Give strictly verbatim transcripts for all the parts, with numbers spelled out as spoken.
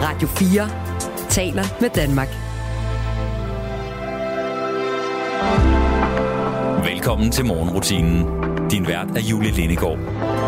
Radio fire taler med Danmark. Velkommen til morgenrutinen. Din vært er Julie Lindegård.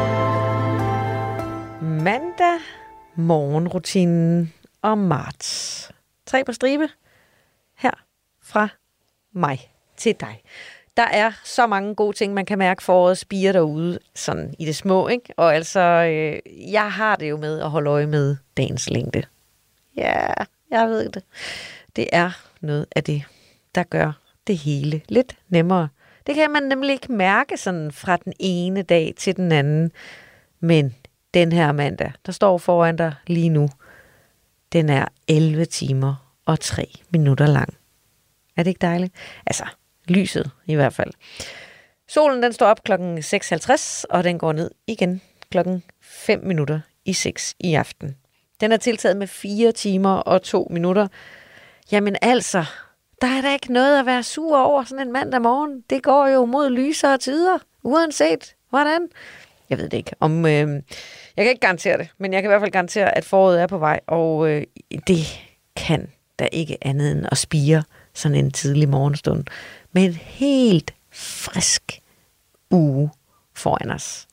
Mandag, morgenrutinen og marts. Tre på stribe her fra mig til dig. Der er så mange gode ting, man kan mærke foråret spirer derude, sådan i det små, ikke? Og altså, øh, jeg har det jo med at holde øje med dagens længde. Ja, jeg ved det. Det er noget af det, der gør det hele lidt nemmere. Det kan man nemlig ikke mærke sådan fra den ene dag til den anden. Men den her mandag, der står foran dig lige nu, den er elleve timer og tre minutter lang. Er det ikke dejligt? Altså, lyset i hvert fald. Solen den står op klokken seks halvtreds, og den går ned igen klokken fem minutter i seks i aften. Den er tiltaget med fire timer og to minutter. Jamen altså, der er da ikke noget at være sur over sådan en mandag morgen. Det går jo mod lysere tider, uanset hvordan. Jeg ved det ikke. Om, øh, jeg kan ikke garantere det, men jeg kan i hvert fald garantere, at foråret er på vej, og øh, det kan der ikke andet end at spire sådan en tidlig morgenstund med en helt frisk uge foran os.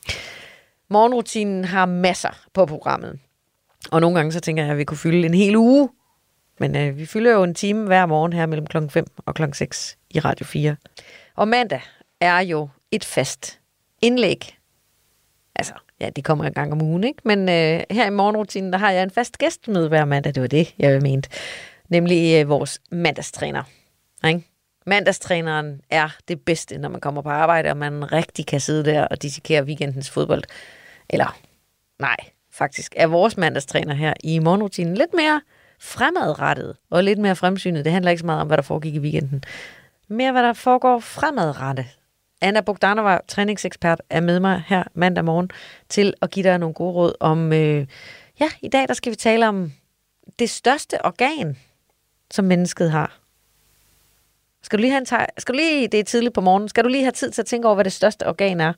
Morgenrutinen har masser på programmet, og nogle gange så tænker jeg, at vi kunne fylde en hel uge, men øh, vi fylder jo en time hver morgen her mellem klokken fem og klokken seks i Radio fire. Og mandag er jo et fast indlæg. Altså, ja, det kommer en gang om ugen, ikke? Men øh, her i morgenrutinen, der har jeg en fast gæst med hver mandag. Det var det, jeg mente. Nemlig øh, vores mandagstræner. Ikke? Mandagstræneren er det bedste, når man kommer på arbejde, og man rigtig kan sidde der og dissekere weekendens fodbold. Eller, nej, faktisk er vores mandagstræner her i morgenrutinen lidt mere fremadrettet og lidt mere fremsynet. Det handler ikke så meget om, hvad der foregik i weekenden. Mere, hvad der foregår fremadrettet. Anna Bogdanova, træningsekspert, er med mig her mandag morgen til at give dig nogle gode råd om, øh, ja, i dag der skal vi tale om det største organ, som mennesket har. Skal du lige have en teg- skal du lige, det er tidligt på morgenen, skal du lige have tid til at tænke over, hvad det største organ er?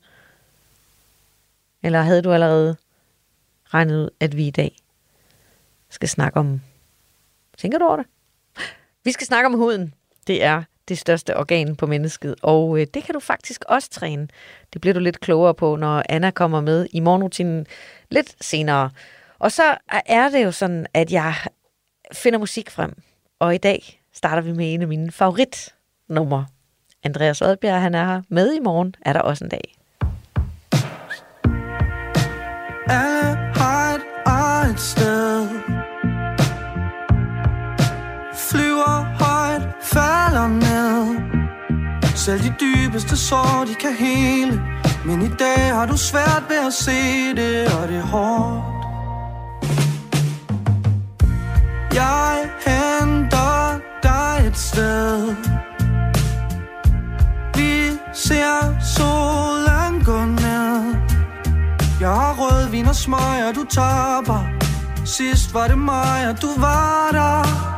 Eller havde du allerede regnet ud, at vi i dag skal snakke om, tænker du over det? Vi skal snakke om huden. Det er det største organ på mennesket, og øh, det kan du faktisk også træne. Det bliver du lidt klogere på, når Anna kommer med i morgenrutinen lidt senere. Og så er det jo sådan, at jeg finder musik frem, og i dag starter vi med en af mine favoritnumre. Andreas Odbjerg, han er her med i morgen, er der også en dag. Alle har et eget sted, flyver højt, falder ned. Selv de dybeste sår, de kan hele, men i dag har du svært ved at se det, og det er hårdt. Jeg henter dig et sted, vi ser solen gå ned. Jeg har rødvin og smøger, du tapper. Sidst var det mig, og du var der.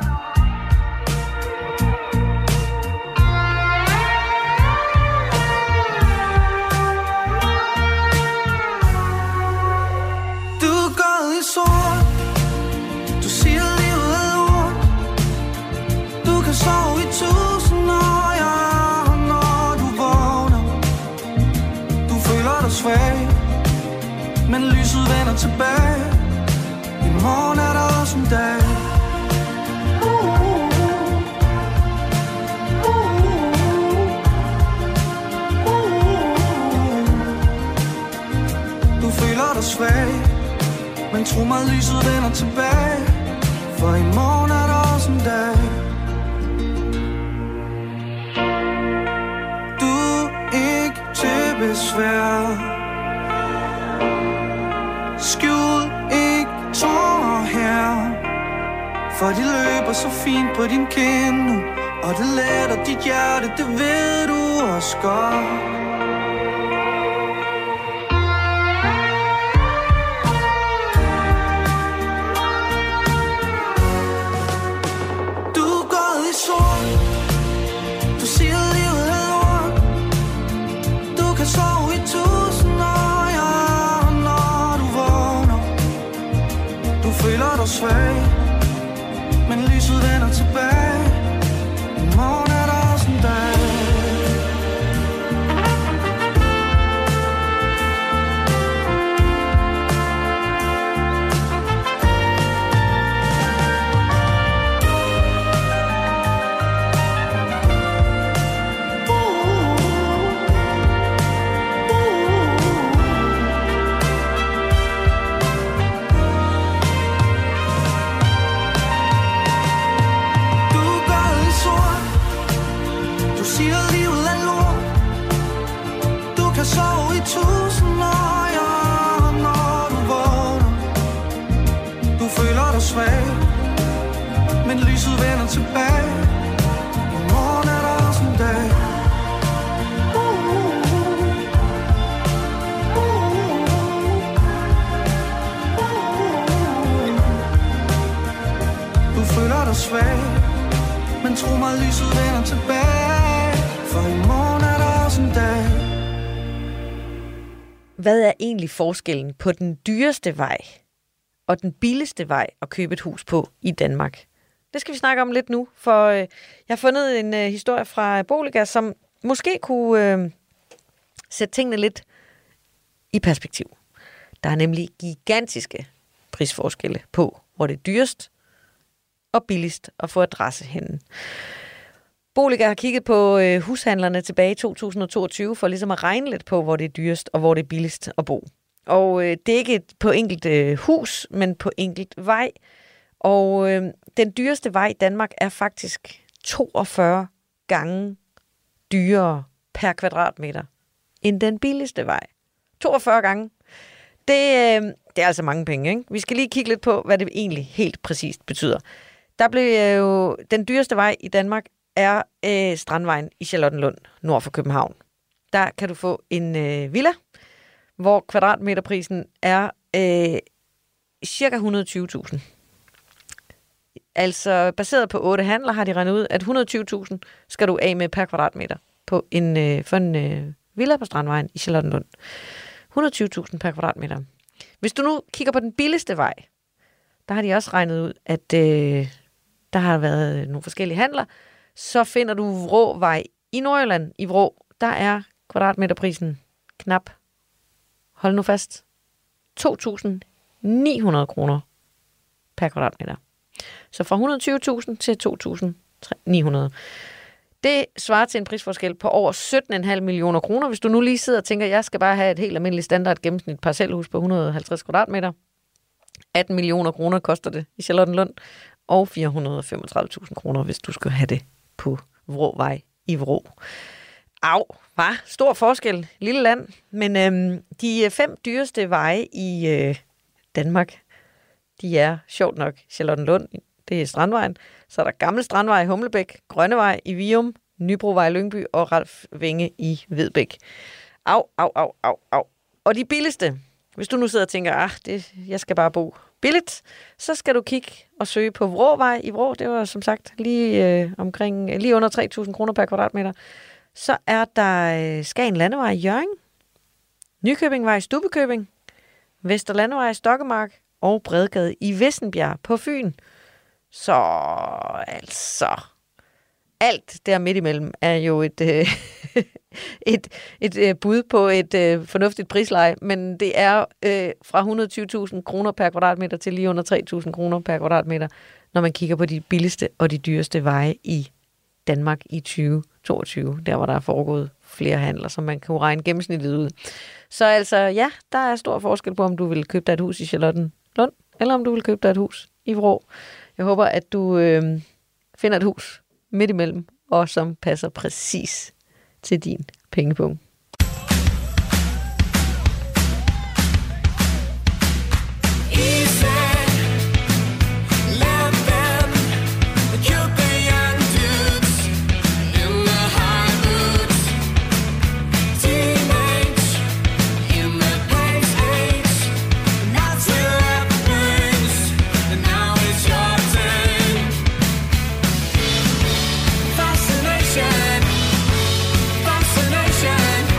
Sort. Du siger livet er lort. Du kan sove i tusind år, ja, når du vågner. Du føler dig svag, men lyset vender tilbage. I morgen er der også en dag. Du føler dig svag, men tro mig, lyset vender tilbage. For i morgen er der også en dag. Du er ikke til besvær. Skjul ikke tårer her, for de løber så fint på din kind nu, og det letter dit hjerte, det ved du også godt. føler dig svag, men lyset vender tilbage. I morgen er der også en dag. Tusind år, ja, når du vågner. Du føler dig svag, men lyset vender tilbage. I morgen er der også en dag. Du føler dig svag, men tro mig, lyset vender tilbage. For i morgen er der også en dag. Hvad er egentlig forskellen på den dyreste vej og den billigste vej at købe et hus på i Danmark? Det skal vi snakke om lidt nu, for øh, jeg har fundet en øh, historie fra Boliga, som måske kunne øh, sætte tingene lidt i perspektiv. Der er nemlig gigantiske prisforskelle på, hvor det er dyrest og billigst at få adresse henne. Boliga har kigget på øh, hushandlerne tilbage i to tusind og toogtyve for ligesom at regne lidt på, hvor det er dyrest og hvor det er billigst at bo. Og øh, det er ikke et, på enkelt øh, hus, men på enkelt vej. Og øh, den dyreste vej i Danmark er faktisk toogfyrre gange dyrere per kvadratmeter end den billigste vej. toogfyrre gange. Det, øh, det er altså mange penge, ikke? Vi skal lige kigge lidt på, hvad det egentlig helt præcist betyder. Der blev jo den dyreste vej i Danmark er øh, Strandvejen i Charlottenlund, nord for København. Der kan du få en øh, villa, hvor kvadratmeterprisen er øh, cirka et hundrede og tyve tusind. Altså baseret på otte handler har de regnet ud, at et hundrede og tyve tusind skal du af med per kvadratmeter på en, øh, for en øh, villa på Strandvejen i Charlottenlund. et hundrede og tyve tusind per kvadratmeter. Hvis du nu kigger på den billigste vej, der har de også regnet ud, at øh, der har været nogle forskellige handler. Så finder du Vråvej i Nordjylland. I Vrå, der er kvadratmeterprisen knap, hold nu fast, to tusind ni hundrede kroner per kvadratmeter. Så fra et hundrede og tyve tusind til to tusind ni hundrede. Det svarer til en prisforskel på over sytten komma fem millioner kroner. Hvis du nu lige sidder og tænker, at jeg skal bare have et helt almindeligt standard gennemsnit parcelhus på et hundrede og halvtreds kvadratmeter. atten millioner kroner koster det i Charlottenlund, og fire hundrede og femogtredive tusind kroner, hvis du skal have det på Vråvej i Vrå. Au, hva? Stor forskel. Lille land. Men øhm, de fem dyreste veje i øh, Danmark, de er sjovt nok Charlottenlund. Det er Strandvejen. Så er der Gammel Strandvej i Humlebæk, Grønnevej i Vium, Nybrovej i Lyngby og Ralf Winge i Vedbæk. Au, au, au, au, au. Og de billigste, hvis du nu sidder og tænker, ah, det, jeg skal bare bo billigt, så skal du kigge og søge på Vråvej i Vrå. Det var som sagt lige øh, omkring lige under tre tusind kroner per kvadratmeter. Så er der øh, Skagen Landevej i Hjørring, Nykøbingvej i Stubbekøbing, Vesterlandevej i Stokkemark og Bredgade i Vissenbjerg på Fyn. Så altså, alt der midt imellem er jo et, øh, et, et øh, bud på et øh, fornuftigt prisleje, men det er øh, fra et hundrede og tyve tusind kroner per kvadratmeter til lige under tre tusind kroner per kvadratmeter, når man kigger på de billigste og de dyreste veje i Danmark i tyve toogtyve, der hvor der er foregået flere handler, så man kan regne gennemsnittet ud. Så altså, ja, der er stor forskel på, om du vil købe dig et hus i Charlottenlund, eller om du vil købe dig et hus i Vrå. Jeg håber, at du øh, finder et hus midt imellem, og som passer præcis til din pengepunkt. Fascination, fascination.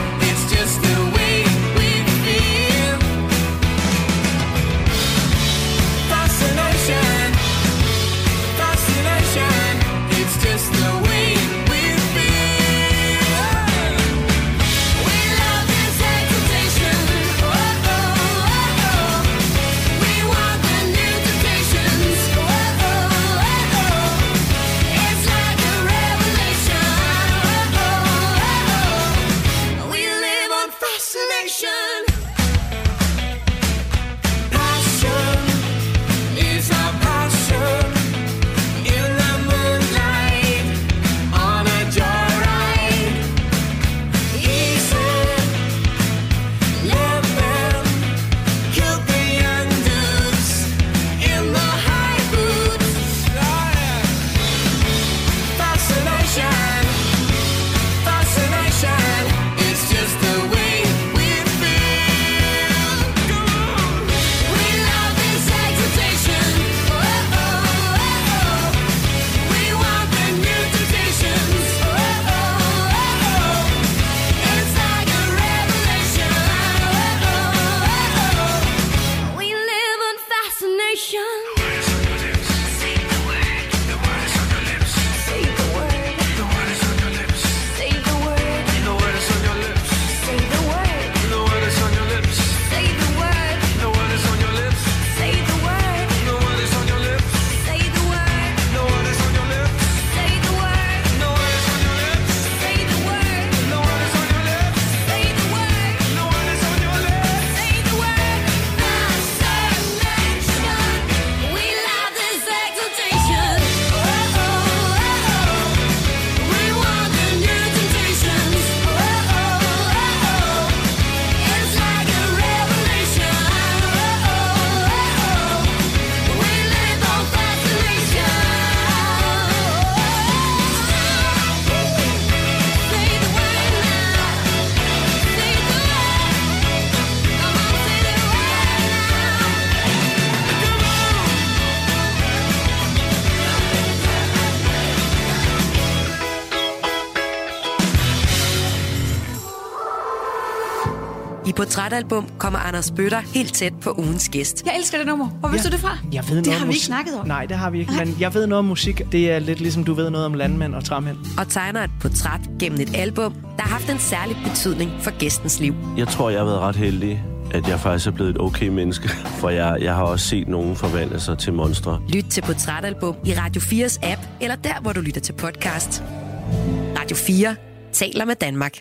I Portrætalbum kommer Anders Bøtter helt tæt på ugens gæst. Jeg elsker det nummer. Hvor vidste Ja. du det fra? Jeg ved Det noget har om vi musik. ikke snakket om. Nej, det har vi ikke, men jeg ved noget om musik. Det er lidt ligesom du ved noget om landmænd og træmænd. Og tegner et portræt gennem et album, der har haft en særlig betydning for gæstens liv. Jeg tror, jeg har været ret heldig, at jeg faktisk er blevet et okay menneske. For jeg, jeg har også set nogen forvandle sig til monstre. Lyt til Portrætalbum i Radio fires app, eller der, hvor du lytter til podcast. Radio fire taler med Danmark.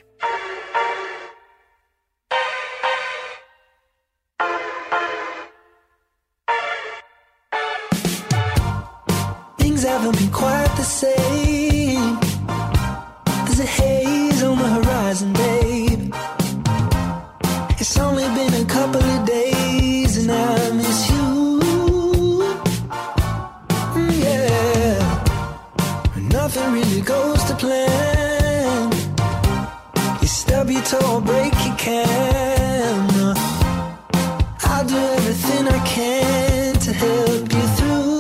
Things haven't been quite the same. There's a haze on the horizon, babe. It's only been a couple of days and I miss you. Mm, yeah. Nothing really goes to plan. You stub your toe or break your can. I'll do everything I can to help you through.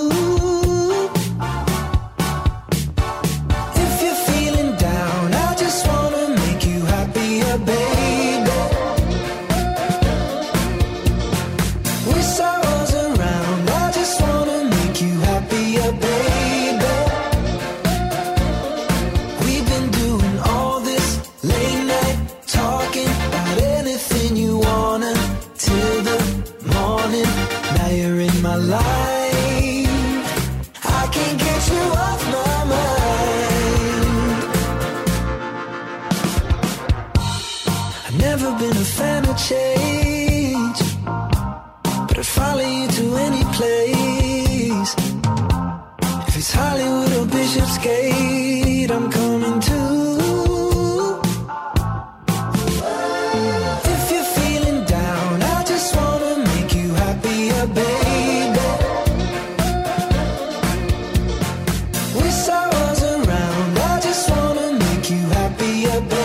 Change, but I'd follow you to any place. If it's Hollywood or Bishopsgate, I'm coming too. If you're feeling down, I just wanna make you happier, baby. With sorrows around, I just wanna make you happier, baby.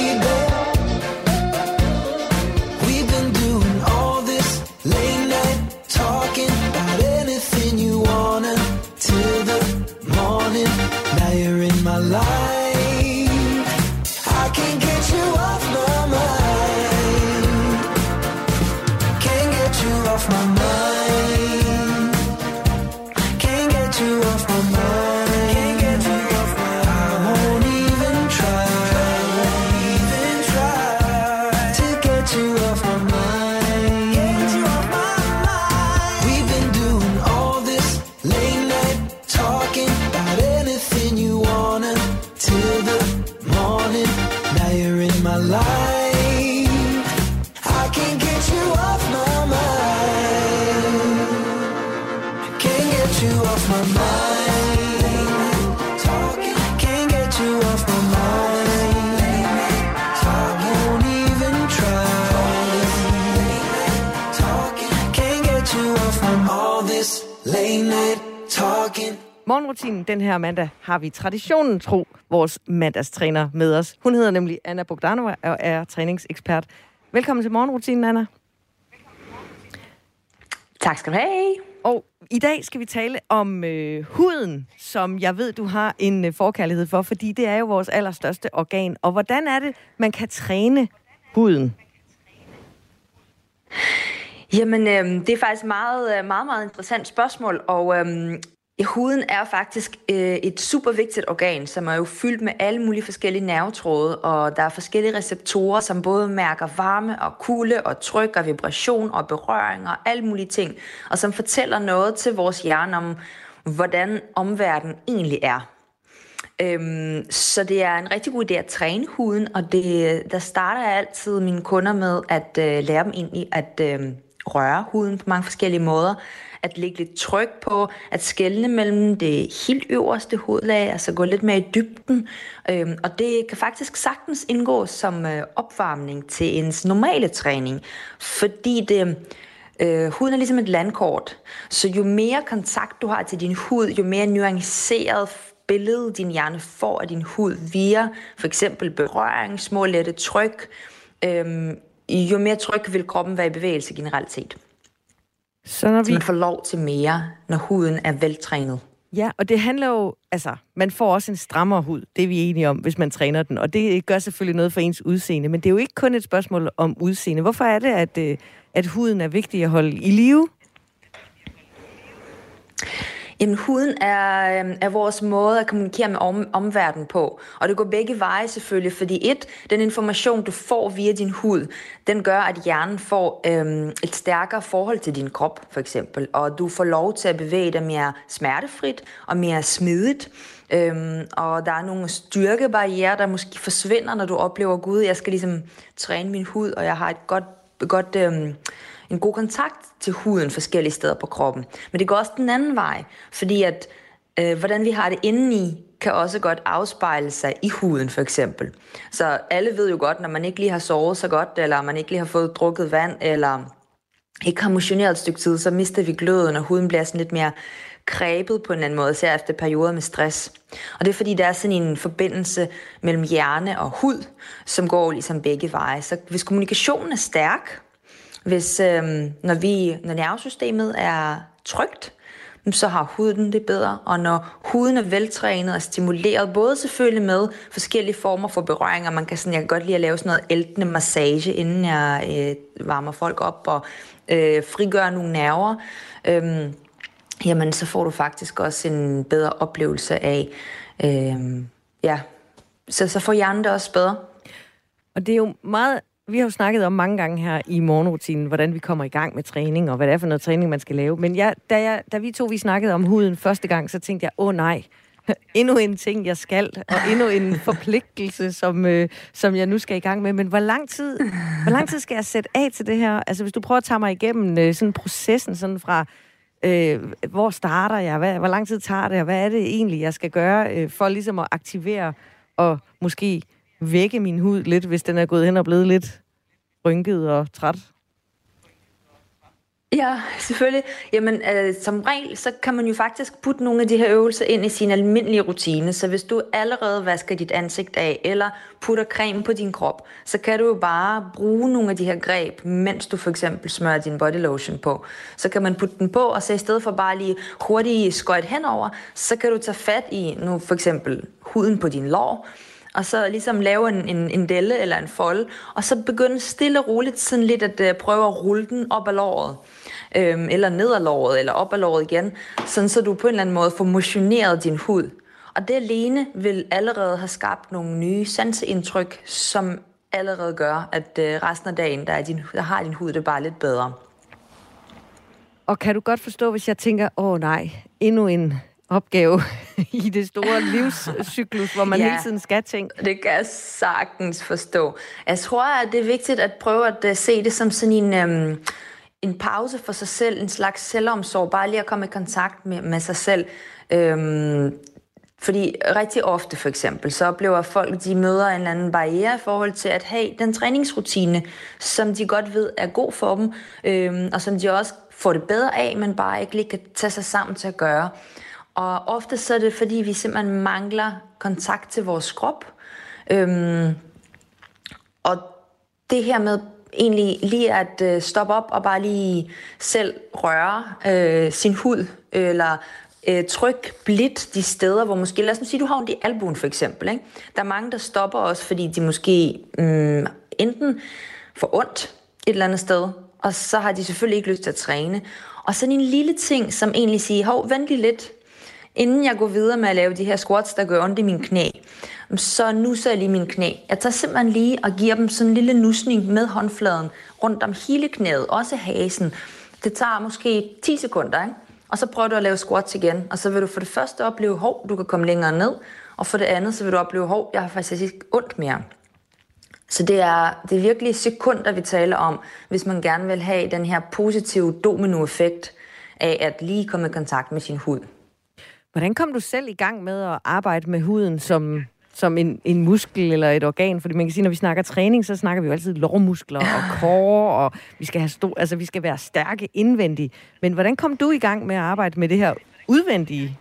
Morgenrutinen den her mandag har vi traditionen tro vores mandagstræner med os. Hun hedder nemlig Anna Bogdanova og er træningsekspert. Velkommen til Morgenrutinen, Anna. Tak skal du have. Og i dag skal vi tale om øh, huden, som jeg ved, du har en øh, forkærlighed for, fordi det er jo vores allerstørste organ. Og hvordan er det, man kan træne huden? Jamen, øh, det er faktisk meget, meget, meget interessant spørgsmål, og øh, huden er faktisk øh, et super vigtigt organ, som er jo fyldt med alle mulige forskellige nervetråde, og der er forskellige receptorer, som både mærker varme og kulde og tryk og vibration og berøring og alle mulige ting, og som fortæller noget til vores hjerne om, hvordan omverdenen egentlig er. Øhm, så det er en rigtig god idé at træne huden, og det, der starter jeg altid mine kunder med at øh, lære dem ind i at øh, røre huden på mange forskellige måder, at lægge lidt tryk på, at skelne mellem det helt øverste hudlag, altså gå lidt mere i dybden, øhm, og det kan faktisk sagtens indgå som øh, opvarmning til ens normale træning, fordi det Øh, huden er ligesom et landkort, så jo mere kontakt du har til din hud, jo mere nuanceret billede din hjerne får af din hud via for eksempel berøring, små lette tryk, øhm, jo mere tryk vil kroppen være i bevægelse generelt set. Så når vi... Så man får lov til mere, når huden er veltrænet. Ja, og det handler jo, altså, man får også en strammere hud, det er vi enige om, hvis man træner den, og det gør selvfølgelig noget for ens udseende, men det er jo ikke kun et spørgsmål om udseende. Hvorfor er det, at, at huden er vigtig at holde i live? Jamen, huden er, er vores måde at kommunikere med om, omverdenen på. Og det går begge veje selvfølgelig, fordi et, den information, du får via din hud, den gør, at hjernen får øhm, et stærkere forhold til din krop, for eksempel. Og du får lov til at bevæge dig mere smertefrit og mere smidigt. Øhm, og der er nogle styrkebarrierer, der måske forsvinder, når du oplever, gud, jeg skal ligesom træne min hud, og jeg har et godt, godt øhm, en god kontakt til huden forskellige steder på kroppen. Men det går også den anden vej, fordi at øh, hvordan vi har det indeni, kan også godt afspejle sig i huden for eksempel. Så alle ved jo godt, når man ikke lige har sovet så godt, eller man ikke lige har fået drukket vand, eller ikke har motioneret et stykke tid, så mister vi gløden, og huden bliver sådan lidt mere grebet på en anden måde, især efter perioder med stress. Og det er fordi, der er sådan en forbindelse mellem hjerne og hud, som går ligesom begge veje. Så hvis kommunikationen er stærk, Hvis, øhm, når, vi, når nervesystemet er trygt, så har huden det bedre. Og når huden er veltrænet og stimuleret, både selvfølgelig med forskellige former for berøringer, man kan sådan, jeg kan godt lide at lave sådan noget æltende massage, inden jeg øh, varmer folk op og øh, frigør nogle nerver, øh, jamen så får du faktisk også en bedre oplevelse af, øh, ja, så, så får hjernen det også bedre. Og det er jo meget... Vi har jo snakket om mange gange her i morgenrutinen, hvordan vi kommer i gang med træning, og hvad det er for noget træning, man skal lave. Men jeg, da, jeg, da vi to vi snakkede om huden første gang, så tænkte jeg, åh oh, nej, endnu en ting, jeg skal, og endnu en forpligtelse, som, øh, som jeg nu skal i gang med. Men hvor lang tid, hvor lang tid skal jeg sætte af til det her? Altså hvis du prøver at tage mig igennem øh, sådan processen sådan fra, øh, hvor starter jeg, hvad, hvor lang tid tager det, og hvad er det egentlig, jeg skal gøre, øh, for ligesom at aktivere og måske vække min hud lidt, hvis den er gået hen og blevet lidt rynket og træt? Ja, selvfølgelig. Jamen, øh, som regel, så kan man jo faktisk putte nogle af de her øvelser ind i sin almindelige rutine. Så hvis du allerede vasker dit ansigt af, eller putter creme på din krop, så kan du jo bare bruge nogle af de her greb, mens du for eksempel smører din body lotion på. Så kan man putte den på, og så i stedet for bare lige hurtigt skøjt henover, så kan du tage fat i nu for eksempel huden på din lår, og så ligesom lave en, en, en delle eller en folde, og så begynde stille og roligt sådan lidt at uh, prøve at rulle den op ad låret, øhm, eller ned ad låret, eller op ad låret igen, sådan så du på en eller anden måde får motioneret din hud. Og det alene vil allerede have skabt nogle nye sanseindtryk, som allerede gør, at uh, resten af dagen, der, er din, der har din hud det bare lidt bedre. Og kan du godt forstå, hvis jeg tænker, åh nej, endnu en opgave i det store livscyklus, hvor man ja, hele tiden skal tænke. Det kan jeg sagtens forstå. Jeg tror, at det er vigtigt at prøve at se det som sådan en, øhm, en pause for sig selv, en slags selvomsorg, bare lige at komme i kontakt med, med sig selv. Øhm, fordi rigtig ofte for eksempel, så oplever folk, de møder en eller anden barriere i forhold til at have den træningsrutine, som de godt ved er god for dem, øhm, og som de også får det bedre af, men bare ikke lige kan tage sig sammen til at gøre. Og ofte så er det, fordi vi simpelthen mangler kontakt til vores krop. Øhm, og det her med egentlig lige at øh, stoppe op og bare lige selv røre øh, sin hud, eller øh, tryk blidt de steder, hvor måske, lad os nu sige, du har ondt i albuen for eksempel. Ikke? Der er mange, der stopper også, fordi de måske øh, enten får ondt et eller andet sted, og så har de selvfølgelig ikke lyst til at træne. Og sådan en lille ting, som egentlig siger, hov, vent lige lidt, inden jeg går videre med at lave de her squats, der gør ondt i mine knæ, så nusser jeg lige mine knæ. Jeg tager simpelthen lige og giver dem sådan en lille nusning med håndfladen rundt om hele knæet, også hasen. Det tager måske ti sekunder, ikke? Og så prøver du at lave squats igen, og så vil du for det første opleve, hov, du kan komme længere ned, og for det andet, så vil du opleve, hov, jeg har faktisk ikke ondt mere. Så det er, det er virkelig sekunder, vi taler om, hvis man gerne vil have den her positive dominoeffekt af at lige komme i kontakt med sin hud. Hvordan kom du selv i gang med at arbejde med huden som, som en, en muskel eller et organ? Fordi man kan sige, når vi snakker træning, så snakker vi jo altid lårmuskler og core, og vi skal, have stor, altså, vi skal være stærke indvendigt. Men hvordan kom du i gang med at arbejde med det her udvendige?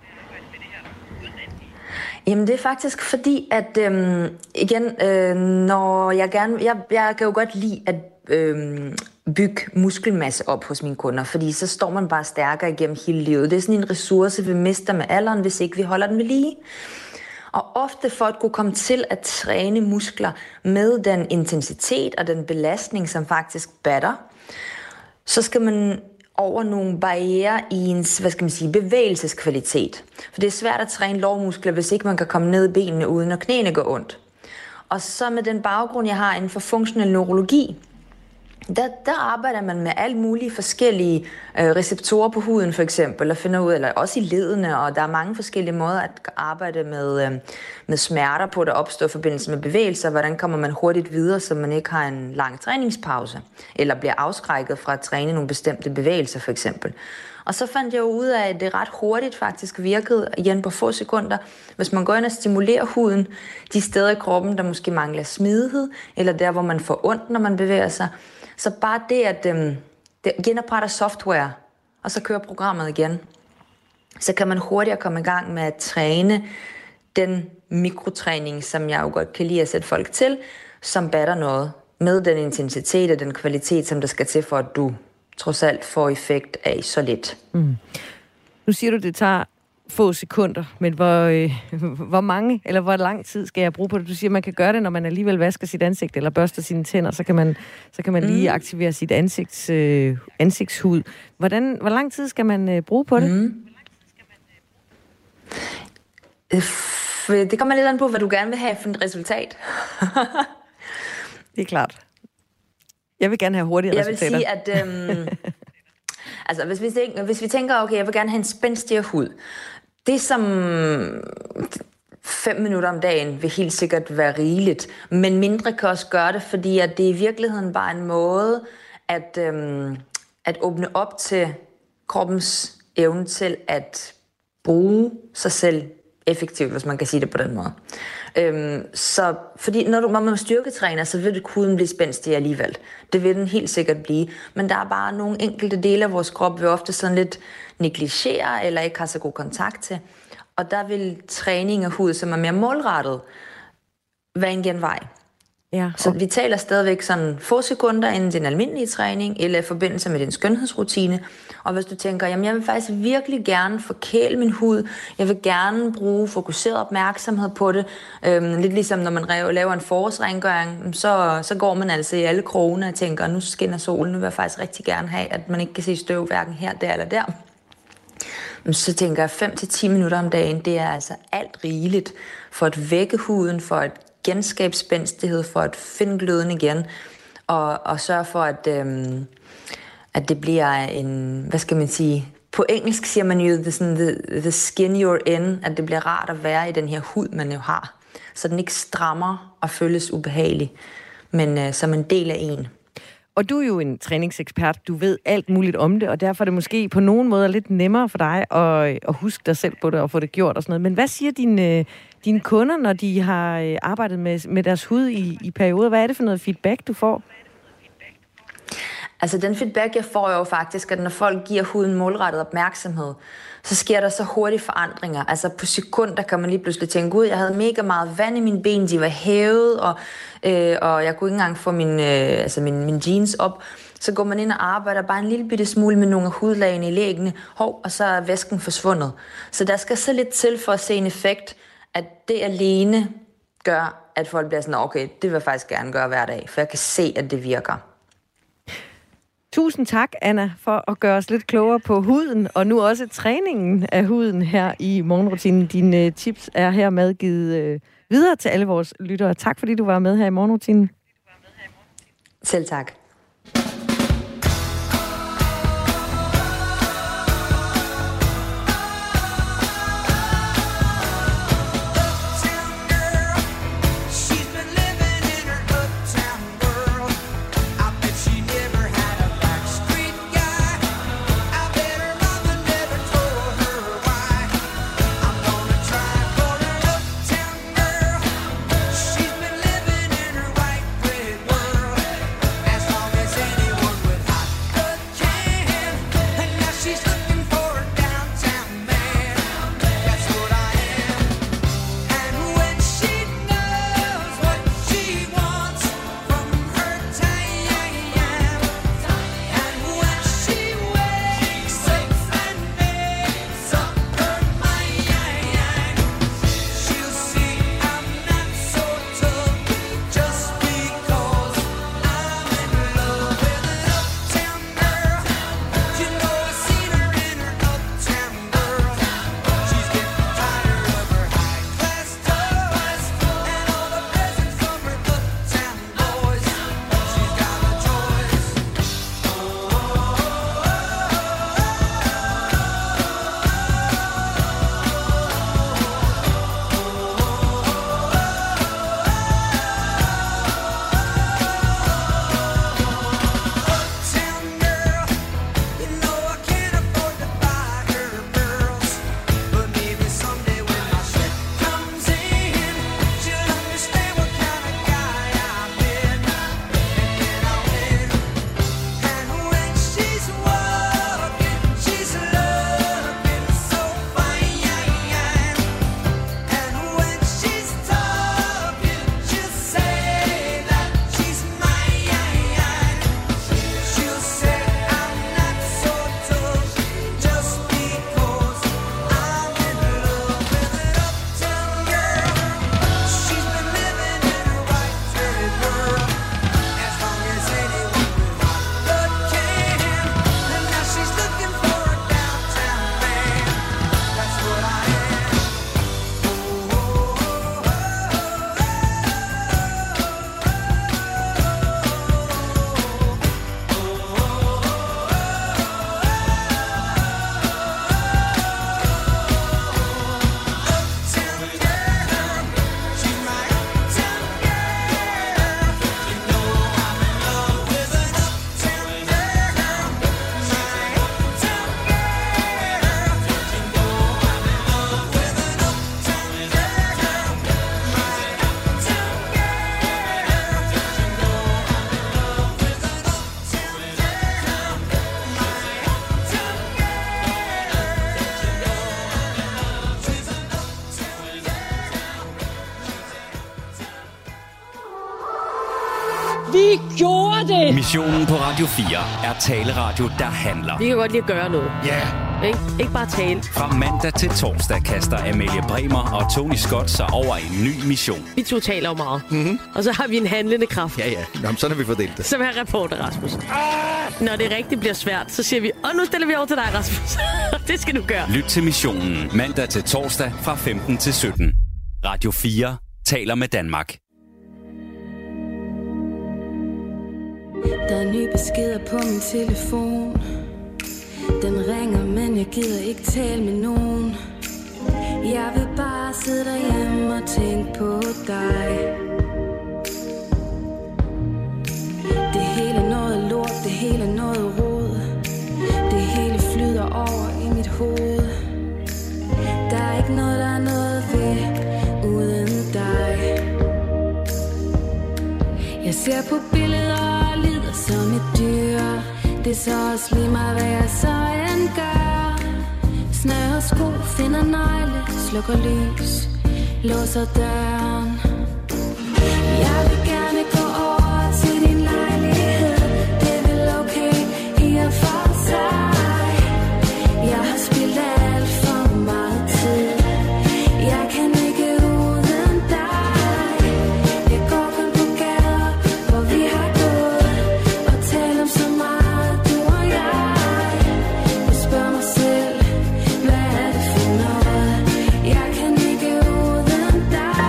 Jamen det er faktisk fordi, at øhm, igen, øh, når jeg gerne, jeg, jeg kan jo godt lide at øhm, bygge muskelmasse op hos mine kunder, fordi så står man bare stærkere igennem hele livet. Det er sådan en ressource, vi mister med alderen, hvis ikke vi holder den ved lige. Og ofte for at kunne komme til at træne muskler med den intensitet og den belastning, som faktisk batter, så skal man over nogle barrierer i ens, hvad skal man sige, bevægelseskvalitet. For det er svært at træne lårmuskler, hvis ikke man kan komme ned i benene, uden at knæene går ondt. Og så med den baggrund, jeg har inden for funktionel neurologi, Der, der arbejder man med alle mulige forskellige øh, receptorer på huden, for eksempel, og finder ud, eller også i ledene, og der er mange forskellige måder at arbejde med, øh, med smerter på, der opstår i forbindelse med bevægelser. Hvordan kommer man hurtigt videre, så man ikke har en lang træningspause, eller bliver afskrækket fra at træne nogle bestemte bevægelser, for eksempel. Og så fandt jeg jo ud af, at det ret hurtigt faktisk virkede, igen på få sekunder, hvis man går ind og stimulerer huden de steder i kroppen, der måske mangler smidighed, eller der, hvor man får ondt, når man bevæger sig. Så bare det, at øhm, det genopretter software, og så kører programmet igen, så kan man hurtigere komme i gang med at træne den mikrotræning, som jeg jo godt kan lide at sætte folk til, som batter noget med den intensitet og den kvalitet, som der skal til for, at du trods alt får effekt af så lidt. Mm. Nu siger du, det tager få sekunder, men hvor, øh, hvor mange, eller hvor lang tid skal jeg bruge på det? Du siger, man kan gøre det, når man alligevel vasker sit ansigt, eller børster sine tænder, så kan man, så kan man lige mm. aktivere sit ansigts, øh, ansigtshud. Hvordan, hvor lang tid skal man øh, bruge på det? Mm. Det kommer lidt an på, hvad du gerne vil have for et resultat. Det er klart. Jeg vil gerne have hurtige jeg resultater. Jeg vil sige, at øhm, altså, hvis, vi tænker, hvis vi tænker, okay, jeg vil gerne have en spændstigere hud. Det som fem minutter om dagen vil helt sikkert være rigeligt, men mindre kan også gøre det, fordi at det i virkeligheden bare en måde at, øhm, at åbne op til kroppens evne til at bruge sig selv effektivt, hvis man kan sige det på den måde. Øhm, så fordi når du når man styrketræner, så vil huden blive spændstig alligevel. Det vil den helt sikkert blive. Men der er bare nogle enkelte dele af vores krop, vi ofte sådan lidt negligerer, eller ikke har så god kontakt til. Og der vil træning af hud, som er mere målrettet, være en genvej. Ja, okay. Så vi taler stadigvæk sådan få sekunder inden din almindelige træning, eller i forbindelse med din skønhedsrutine. Og hvis du tænker, jamen jeg vil faktisk virkelig gerne forkæle min hud, jeg vil gerne bruge fokuseret opmærksomhed på det, øhm, lidt ligesom når man laver en forårsrengøring, så, så går man altså i alle krogene og tænker, nu skinner solen, nu vil jeg faktisk rigtig gerne have, at man ikke kan se støv hverken her, der eller der. Så tænker jeg, fem til ti minutter om dagen, det er altså alt rigeligt for at vække huden, for at genskabe spændstighed, for at finde gløden igen, og, og sørge for, at, øhm, at det bliver en, hvad skal man sige, på engelsk siger man jo, the, sådan, the, the skin you're in, at det bliver rart at være i den her hud, man jo har, så den ikke strammer og føles ubehagelig, men øh, som en del af en. Og du er jo en træningsekspert, du ved alt muligt om det, og derfor er det måske på nogen måde lidt nemmere for dig at, at huske dig selv på det og få det gjort og sådan noget. Men hvad siger dine, dine kunder, når de har arbejdet med, med deres hud i, i perioder? Hvad er det for noget feedback, du får? Altså den feedback, jeg får jo faktisk, at når folk giver huden målrettet opmærksomhed, så sker der så hurtige forandringer. Altså på sekunder kan man lige pludselig tænke, ud, jeg havde mega meget vand i mine ben, de var hævet, og, øh, og jeg kunne ikke engang få min, øh, altså min, min jeans op. Så går man ind og arbejder bare en lille bitte smule med nogle af hudlagene i læggene, hov, og så er væsken forsvundet. Så der skal så lidt til for at se en effekt, at det alene gør, at folk bliver sådan, okay, det vil jeg faktisk gerne gøre hver dag, for jeg kan se, at det virker. Tusind tak, Anna, for at gøre os lidt klogere på huden, og nu også træningen af huden her i morgenrutinen. Dine tips er hermed givet øh, videre til alle vores lyttere. Tak, fordi du var med her i morgenrutinen. Selv tak. As long det! Missionen på Radio fire er taleradio, der handler. Vi kan godt lide at gøre noget. Ja. Yeah. Ik- ikke bare tale. Fra mandag til torsdag kaster Amalie Bremer og Tony Scott sig over en ny mission. Vi to taler jo meget. Mm-hmm. Og så har vi en handlende kraft. Ja, ja. Nå, sådan har vi fordelt det. Som er reporter, Rasmus. Ah! Når det rigtig bliver svært, så siger vi, og nu stiller vi over til dig, Rasmus. Det skal du gøre. Lyt til Missionen mandag til torsdag fra femten til sytten. Radio fire taler med Danmark. Der er nye beskeder på min telefon. Den ringer, men jeg gider ikke tale med nogen. Jeg vil bare sidde derhjemme og tænke på dig. Det hele er noget lort, det hele er noget rod. Det hele flyder over i mit hoved. Der er ikke noget, der er noget ved uden dig. Jeg ser på billeder og lider som et dyr. Det er så også lige meget, hvad jeg så end gør. Snører sko, finder negle, slukker lys, låser døren. Jeg vil gerne gå over til din lejlighed. Det er vel okay i og for sig. Jeg har spildt alt for meget tid. Jeg kan ikke uden dig. Jeg går kun på gader, hvor vi har gået og talt om så meget, du og jeg. Jeg spørger mig selv, hvad er det for noget? Jeg kan ikke uden dig.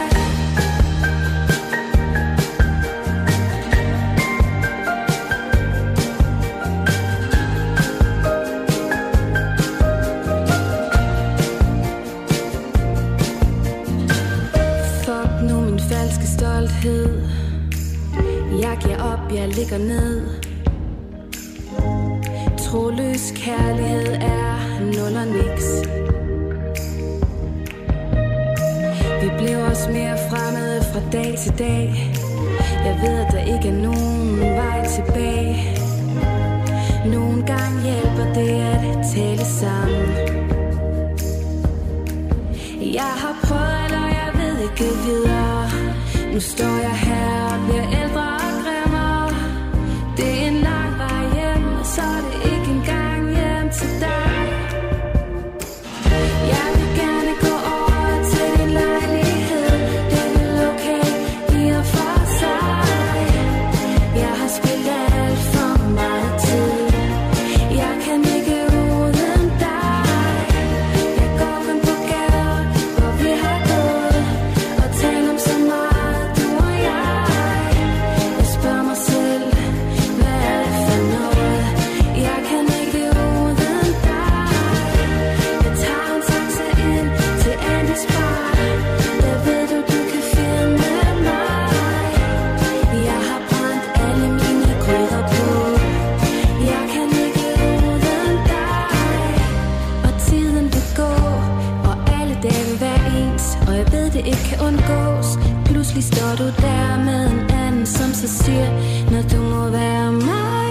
Fuck nu min falske stolthed. Jeg giver op, jeg ligger ned. Troløs kærlighed er nul og niks. Vi bliver også mere fremmede fra dag til dag. Jeg ved, at der ikke er nogen vej tilbage. Nogle gange hjælper det at tale sammen. Jeg har prøvet, eller jeg ved ikke videre. Nu står jeg her og bliver ældre og grimmere. Det er en lang vej hjem, og så er det ikke engang hjem til dig. Jeg vil gerne gå over til din lejlighed. Det er vel okay i og for sig. Jeg har spildt alt for meget tid. Jeg kan ikke uden dig. Jeg går kun på gader, hvor vi har gået og talt om så meget, du og jeg. Jeg spørger mig selv, hvad er det for noget? Jeg kan ikke uden dig. Jeg tager en taxa ind til Andys bar. Der ved du, du kan finde mig. Jeg har brændt alle mine gryder på. Jeg kan ikke uden dig. Og tiden vil gå, og alle dage vil være ens. Og jeg ved, det ikke kan undgås. Pludselig står du der med en anden, som så siger, når du må være mig.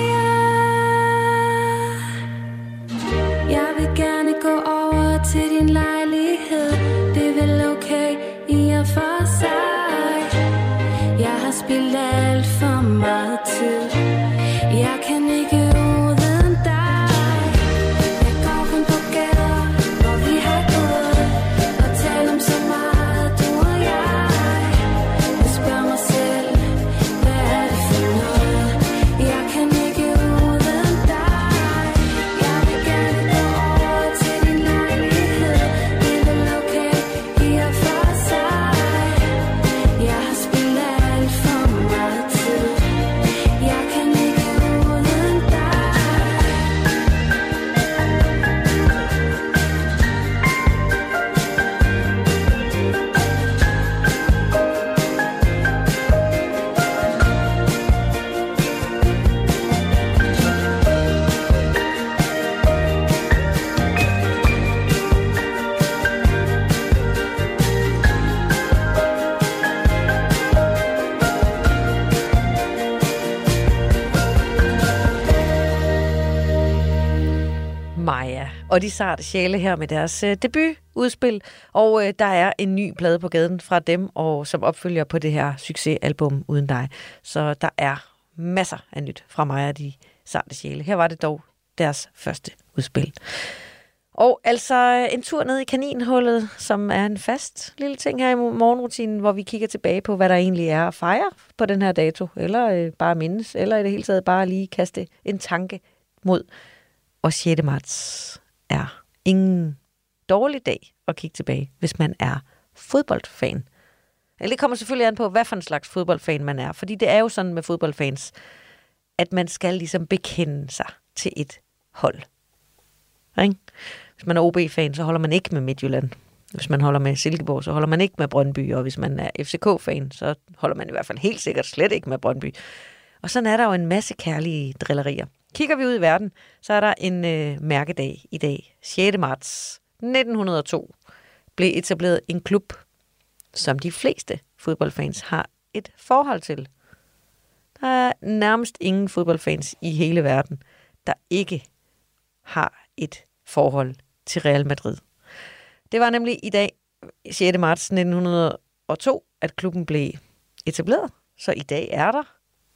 Jeg vil gerne gå over til din lejlighed. Det er vel okay i og for sig. Jeg har spildt alt for meget tid. Jeg kan ikke uden dig. Jeg går kun på gader, hvor vi har gået og talt om så meget, du og jeg. Jeg spørger mig selv, hvad er det for noget? Jeg kan ikke uden dig. Jeg vil gerne gå over til din lejlighed. Det er vel okay i og for sig. Jeg har spildt alt for meget tid. Jeg kan ikke uden dig. Maja og de sarte sjæle her med deres øh, debutudspil. Og øh, der er en ny plade på gaden fra dem, og som opfølger på det her succesalbum Uden dig. Så der er masser af nyt fra mig og de sarte sjæle. Her var det dog deres første udspil. Og altså en tur ned i kaninhullet, som er en fast lille ting her i morgenrutinen, hvor vi kigger tilbage på, hvad der egentlig er at fejre på den her dato, eller øh, bare mindes, eller i det hele taget bare lige kaste en tanke mod. Og sjette marts er ingen dårlig dag at kigge tilbage, hvis man er fodboldfan. Eller det kommer selvfølgelig an på, hvad for en slags fodboldfan man er, fordi det er jo sådan med fodboldfans, at man skal ligesom bekende sig til et hold. Ikke? Hvis man er O B-fan, så holder man ikke med Midtjylland. Hvis man holder med Silkeborg, så holder man ikke med Brøndby. Og hvis man er F C K-fan, så holder man i hvert fald helt sikkert slet ikke med Brøndby. Og sådan er der jo en masse kærlige drillerier. Kigger vi ud i verden, så er der en øh, mærkedag i dag. sjette marts nitten hundrede og to blev etableret en klub, som de fleste fodboldfans har et forhold til. Der er nærmest ingen fodboldfans i hele verden, der ikke har et forhold til Real Madrid. Det var nemlig i dag, sjette marts nitten hundrede og to, at klubben blev etableret. Så i dag er der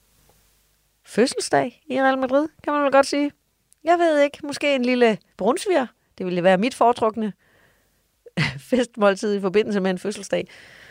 fødselsdag i Real Madrid, kan man vel godt sige. Jeg ved ikke, måske en lille brunsviger. Det ville være mit foretrukne festmåltid i forbindelse med en fødselsdag.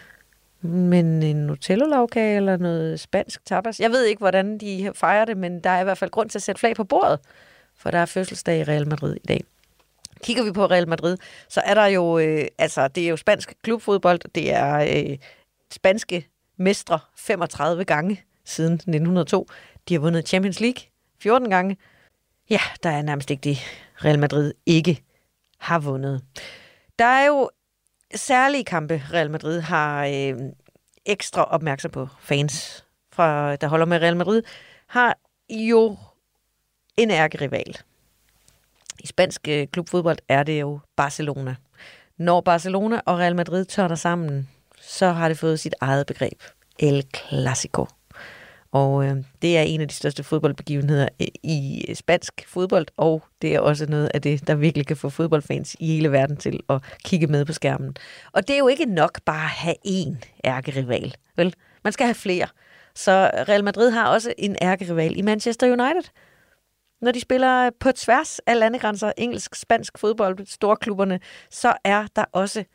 Men en Nutella-lavkage eller noget spansk tapas. Jeg ved ikke, hvordan de fejrer det, men der er i hvert fald grund til at sætte flag på bordet, for der er fødselsdag i Real Madrid i dag. Kigger vi på Real Madrid, så er der jo, øh, altså det er jo spansk klubfodbold, det er øh, spanske mestre femogtredive gange siden nitten hundrede og to. De har vundet Champions League fjorten gange. Ja, der er nærmest ikke det, Real Madrid ikke har vundet. Der er jo særlige kampe, Real Madrid har øh, ekstra opmærksom på. Fans, fra, der holder med Real Madrid, har jo en ærkerival. I spansk øh, klubfodbold er det jo Barcelona. Når Barcelona og Real Madrid tørner sammen, så har det fået sit eget begreb. El Clásico. Og øh, det er en af de største fodboldbegivenheder i spansk fodbold, og det er også noget af det, der virkelig kan få fodboldfans i hele verden til at kigge med på skærmen. Og det er jo ikke nok bare at have én ærkerival, vel? Man skal have flere. Så Real Madrid har også en ærkerival i Manchester United. Når de spiller på tværs af landegrænser, engelsk, spansk fodbold, storklubberne, så er der også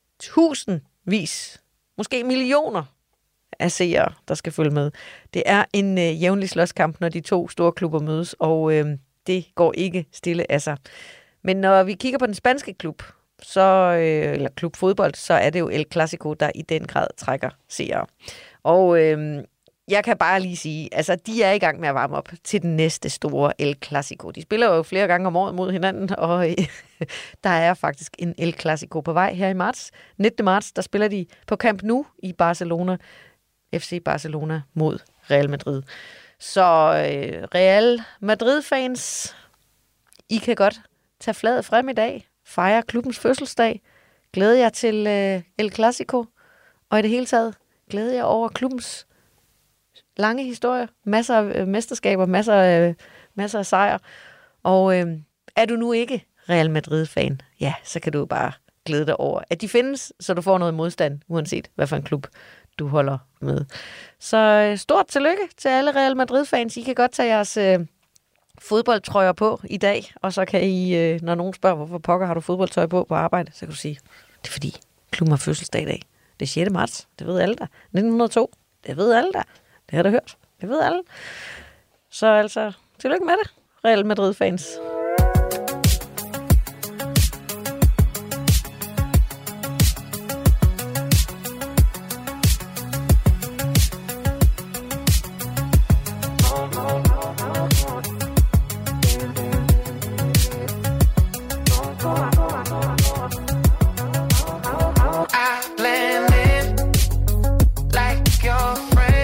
tusindvis, måske millioner af seere, der skal følge med. Det er en øh, jævnlig slåskamp, når de to store klubber mødes, og øh, det går ikke stille af sig. Men når vi kigger på den spanske klub, så, øh, eller klubfodbold, så er det jo El Clásico, der i den grad trækker seere. Og øh, jeg kan bare lige sige, altså de er i gang med at varme op til den næste store El Clásico. De spiller jo flere gange om året mod hinanden, og øh, der er faktisk en El Clásico på vej her i marts. nittende marts, der spiller de på Camp Nou i Barcelona. F C Barcelona mod Real Madrid. Så øh, Real Madrid-fans, I kan godt tage fladet frem i dag, fejre klubbens fødselsdag, glæde jer til øh, El Clásico, og i det hele taget glæde jer over klubbens lange historie, masser af øh, mesterskaber, masser af, øh, masser af sejre. Og øh, er du nu ikke Real Madrid-fan, ja, så kan du bare glæde dig over, at de findes, så du får noget modstand, uanset hvad for en klub du holder med. Så stort tillykke til alle Real Madrid-fans. I kan godt tage jeres øh, fodboldtrøjer på i dag, og så kan I, øh, når nogen spørger, hvorfor pokker har du fodboldtøj på på arbejde, så kan du sige, det er fordi klubben har fødselsdag i dag. Det er sjette marts, det ved alle der. nitten hundrede og to, det ved alle der. Det har du hørt, det ved alle. Så altså, tillykke med det, Real Madrid-fans.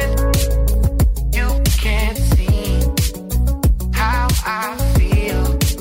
Feel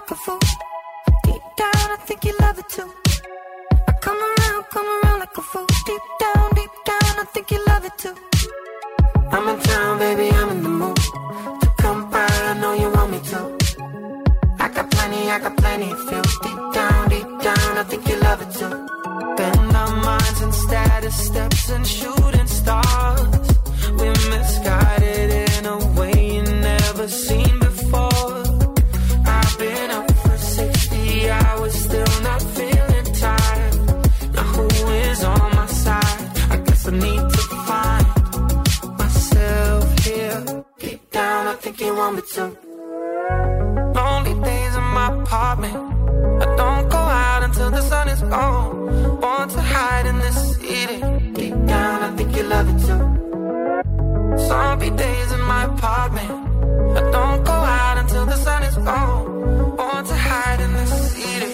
like a fool. Deep down, I think you love it too. I come around, come around like a fool. Deep down, deep down, I think you love it too. I'm in town, baby, I'm in the mood to come by, I know you want me to. I got plenty, I got plenty of feel. Deep down, deep down, I think you love it too. Bend our minds and status steps and shooting stars. We're misguided in a way you never seen before. I've been up for sixty hours, still not feeling tired. Now who is on my side? I guess I need to find myself here. Deep down, I think you want me to. Lonely days in my apartment. I don't go out until the sun is gone. Want to hide in this city. Deep down, I think you love it too. Zombie days in my apartment. I don't go out until the sun is gone. Want to hide in this city.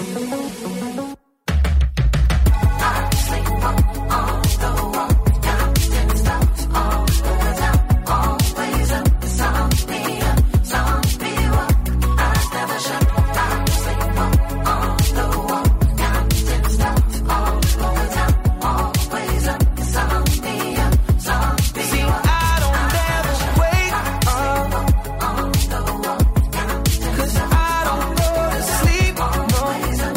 I sleep up on the wall. Counting stars all over town. Always up, zombie up, zombie up. Eyes never shut. I sleep up on the wall. Counting stars all over town. Always up, zombie up, zombie See, up. I don't ever wake up, 'cause I don't go to sleep no more.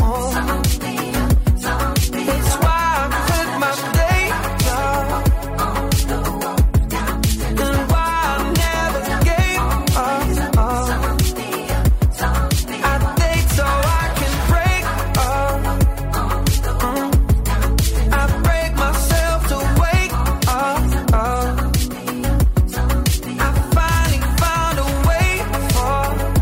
That's why I quit my day job, and why I never gave up. I think so I can break up. I break myself to wake up. I finally found a way for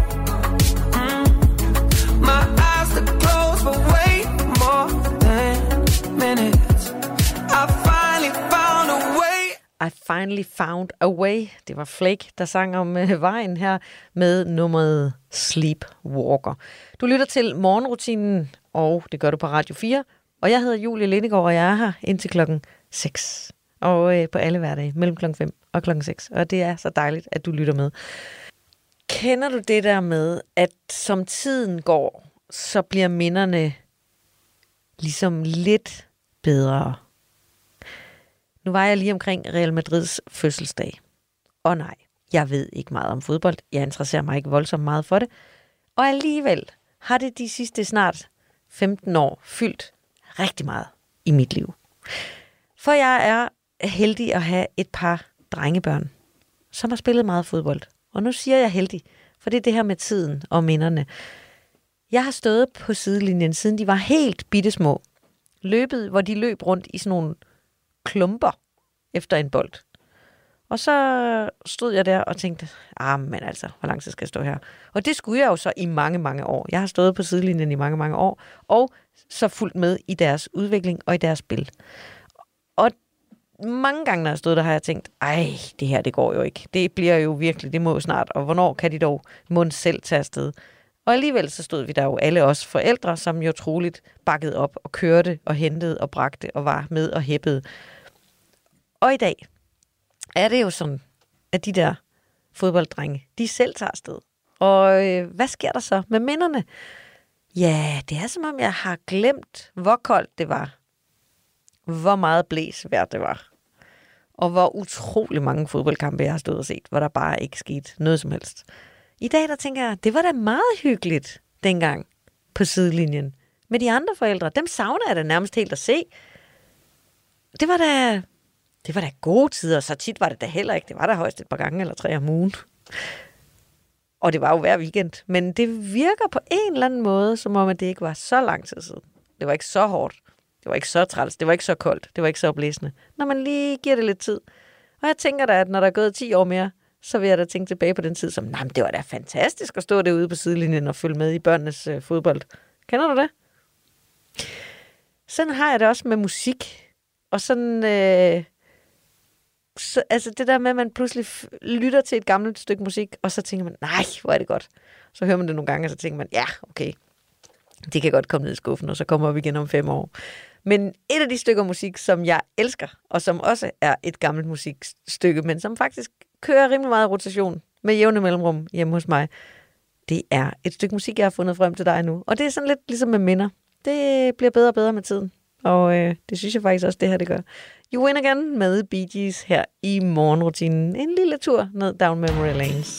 mm, my eyes to close for way more than minutes. I finally found a way. I finally found a way. Det var Flake, der sang om øh, vejen her med nummeret Sleepwalker. Du lytter til morgenrutinen, og det gør du på Radio fire. Og jeg hedder Julie Lindegaard, og jeg er her indtil klokken seks. Og øh, på alle hverdage, mellem klokken fem og klokken seks. Og det er så dejligt, at du lytter med. Kender du det der med, at som tiden går, så bliver minderne ligesom lidt bedre? Nu var jeg lige omkring Real Madrids fødselsdag. Og nej, jeg ved ikke meget om fodbold. Jeg interesserer mig ikke voldsomt meget for det. Og alligevel har det de sidste snart femten år fyldt rigtig meget i mit liv. For jeg er heldig at have et par drengebørn, som har spillet meget fodbold. Og nu siger jeg heldig, for det er det her med tiden og minderne. Jeg har stået på sidelinjen, siden de var helt bittesmå. Løbet, hvor de løb rundt i sådan nogle klumper efter en bold. Og så stod jeg der og tænkte, ah, men altså, hvor lang tid skal jeg stå her? Og det skulle jeg jo så i mange, mange år. Jeg har stået på sidelinjen i mange, mange år, og så fulgt med i deres udvikling og i deres spil. Og mange gange, når jeg stod der, har jeg tænkt, ej, det her, det går jo ikke. Det bliver jo virkelig, det må jo snart, og hvornår kan de dog mund selv tage afsted? Og alligevel så stod vi der jo alle os forældre, som jo troligt bakkede op og kørte og hentede og bragte og var med og hæppede. Og i dag er det jo sådan, at de der fodbolddrenge, de selv tager afsted. Og øh, hvad sker der så med minderne? Ja, det er som om, jeg har glemt, hvor koldt det var. Hvor meget blæsvejr det var. Og hvor utrolig mange fodboldkampe, jeg har stået og set, hvor der bare ikke skete noget som helst. I dag, der tænker jeg, det var da meget hyggeligt dengang på sidelinjen. Med de andre forældre, dem savner jeg da nærmest helt at se. Det var da, det var da gode tider, så tit var det da heller ikke. Det var da højst et par gange eller tre om ugen. Og det var jo hver weekend. Men det virker på en eller anden måde, som om at det ikke var så lang tid siden. Det var ikke så hårdt. Det var ikke så træls. Det var ikke så koldt. Det var ikke så blæsende. Når man lige giver det lidt tid. Og jeg tænker da, at når der er gået ti år mere, så vil jeg da tænke tilbage på den tid som, nej, men det var da fantastisk at stå derude på sidelinjen og følge med i børnenes øh, fodbold. Kender du det? Sådan har jeg det også med musik. Og sådan, øh, så, altså det der med, at man pludselig f- lytter til et gammelt stykke musik, og så tænker man, nej, hvor er det godt. Så hører man det nogle gange, og så tænker man, ja, okay, det kan godt komme ned i skuffen, og så kommer op igen om fem år. Men et af de stykker musik, som jeg elsker, og som også er et gammelt musikstykke, men som faktisk kører rimelig meget rotation med jævne mellemrum hjemme hos mig, det er et stykke musik, jeg har fundet frem til dig nu. Og det er sådan lidt ligesom med minder. Det bliver bedre og bedre med tiden. Og øh, det synes jeg faktisk også, det her det gør. You Win Again med Bee Gees her i morgenrutinen. En lille tur ned down memory lanes.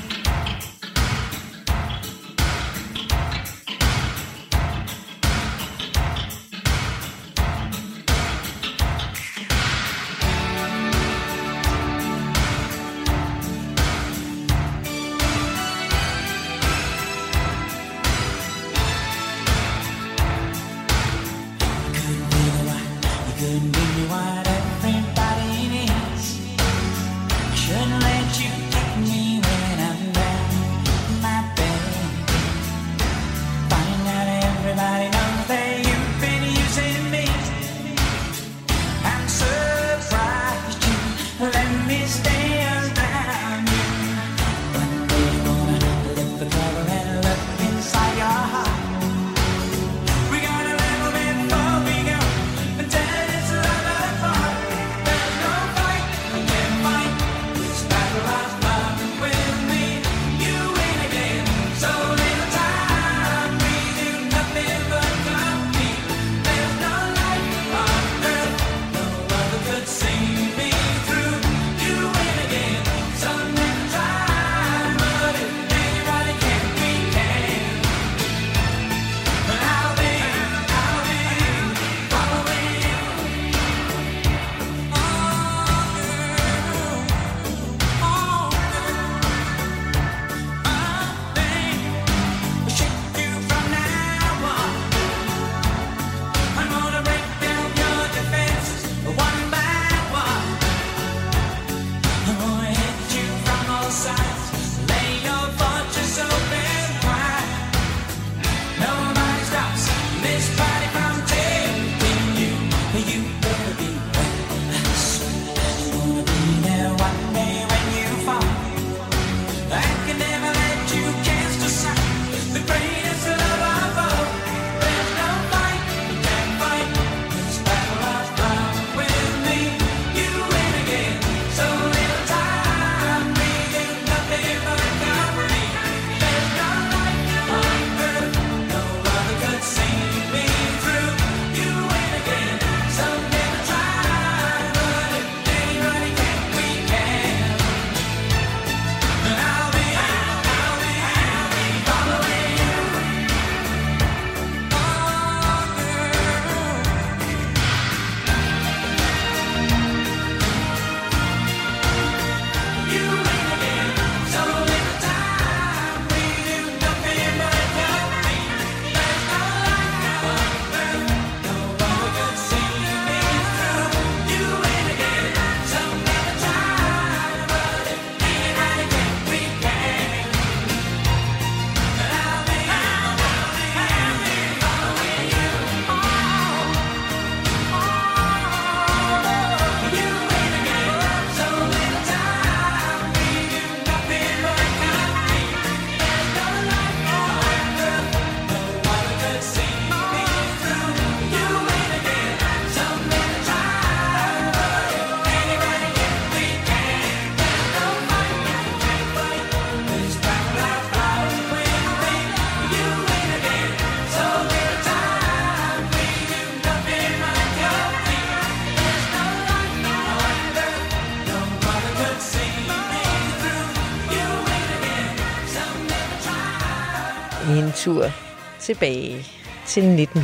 En tur tilbage til nitten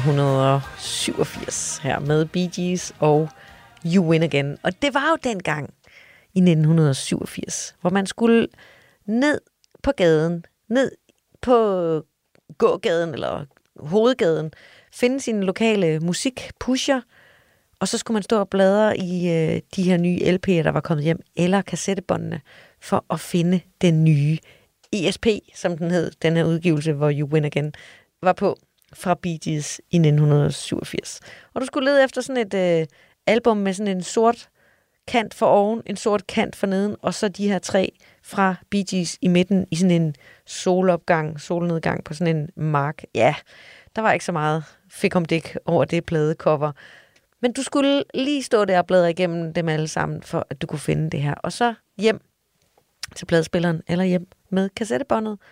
syvogfirs her med Bee Gees og You Win Again. Og det var jo dengang i nitten syvogfirs, hvor man skulle ned på gaden, ned på gågaden eller hovedgaden, finde sine lokale musikpusher, og så skulle man stå og bladre i øh, de her nye L P'er, der var kommet hjem, eller kassettebåndene, for at finde den nye E S P, som den hed, den her udgivelse, hvor You Win Again var på, fra Bee Gees i nitten syvogfirs. Og du skulle lede efter sådan et øh, album med sådan en sort kant for oven, en sort kant for neden, og så de her tre fra Bee Gees i midten i sådan en solopgang, solnedgang på sådan en mark. Ja, der var ikke så meget fik om dæk over det pladecover. Men du skulle lige stå der og bladre igennem dem alle sammen, for at du kunne finde det her. Og så hjem til pladespilleren, eller hjem med kassettebåndet,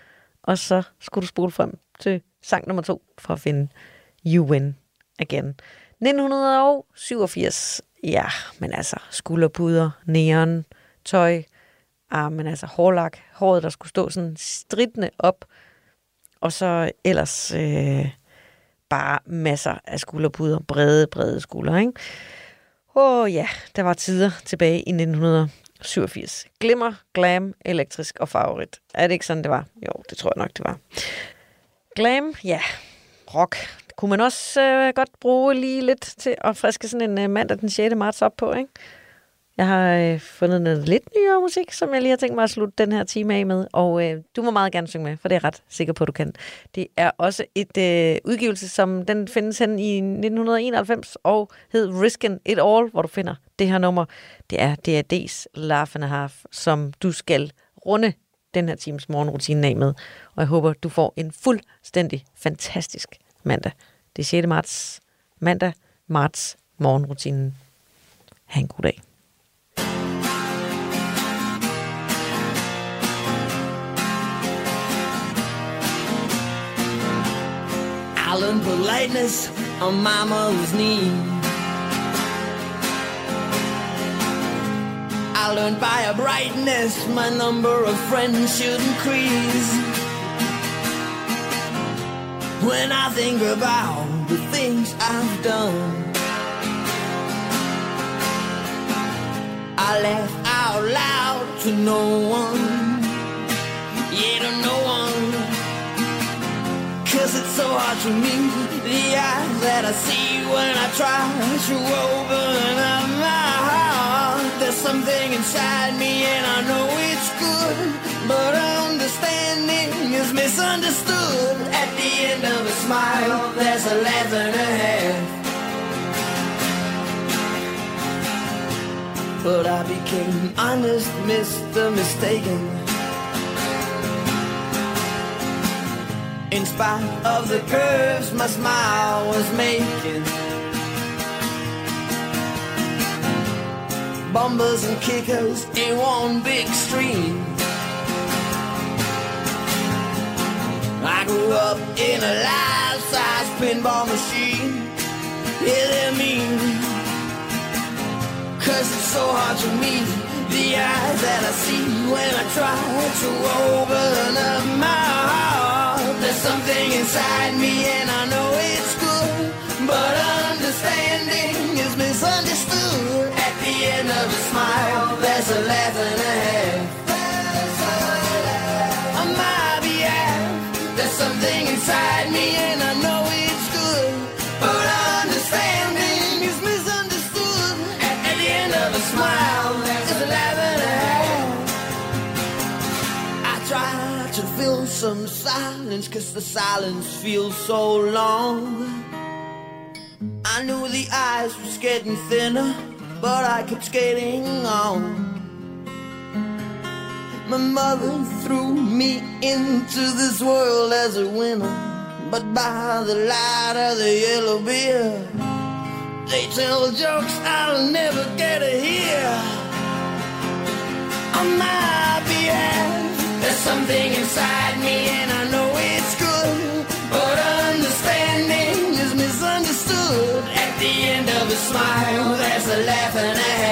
og så skulle du spole frem til sang nummer to for at finde You Win Again. nitten syvogfirs, ja, men altså skulderpuder, neon, tøj, ah, men altså hårlak, håret, der skulle stå sådan stridende op, og så ellers øh, bare masser af skulderpuder, brede, brede skuldre, ikke? Åh ja, der var tider tilbage i nitten syvogfirs. Glimmer, glam, elektrisk og favorit. Er det ikke sådan, det var? Jo, det tror jeg nok, det var. Glam, ja, rock. Det kunne man også øh, godt bruge lige lidt til at friske sådan en øh, mandag den sjette marts op på, ikke? Jeg har øh, fundet noget lidt nyere musik, som jeg lige har tænkt mig at slutte den her time af med, og øh, du må meget gerne synge med, for det er jeg ret sikker på, at du kan. Det er også et øh, udgivelse, som den findes hen i nitten enoghalvfems, og hed Riskin' It All, hvor du finder det her nummer. Det er D A D's Laugh and a Half, som du skal runde den her times morgenrutine af med, og jeg håber, du får en fuldstændig fantastisk mandag. Det er sjette marts, mandag, marts, morgenrutinen. Ha' en god dag. I learned politeness on my mother's knee. I learned by a brightness my number of friends should increase. When I think about the things I've done, I laugh out loud to no one, yeah, to no one. Cause it's so hard to meet the eyes that I see when I try to open up my heart. There's something inside me and I know it's good, but understanding is misunderstood. At the end of a smile, there's a laugh and a half. But I became honest, Mister Mistaken. In spite of the curves my smile was making, bumpers and kickers in one big stream. I grew up in a life-size pinball machine. Yeah, they're mean, cause it's so hard to meet the eyes that I see when I try to open up my heart. There's something inside me and I know it's good, but understanding is misunderstood. At the end of a smile, there's a laugh and a half. On my behalf, there's something inside me and I know it's good, but understanding is misunderstood. At, at the end of a smile, there's a laugh and a half. I try to fill some silence, cause the silence feels so long. I knew the ice was getting thinner, but I kept skating on. My mother threw me into this world as a winner, but by the light of the yellow beer, they tell jokes I'll never get to hear. On my behalf, there's something inside me and I know it's good, but understanding is misunderstood. At the end of a smile, there's a laugh and a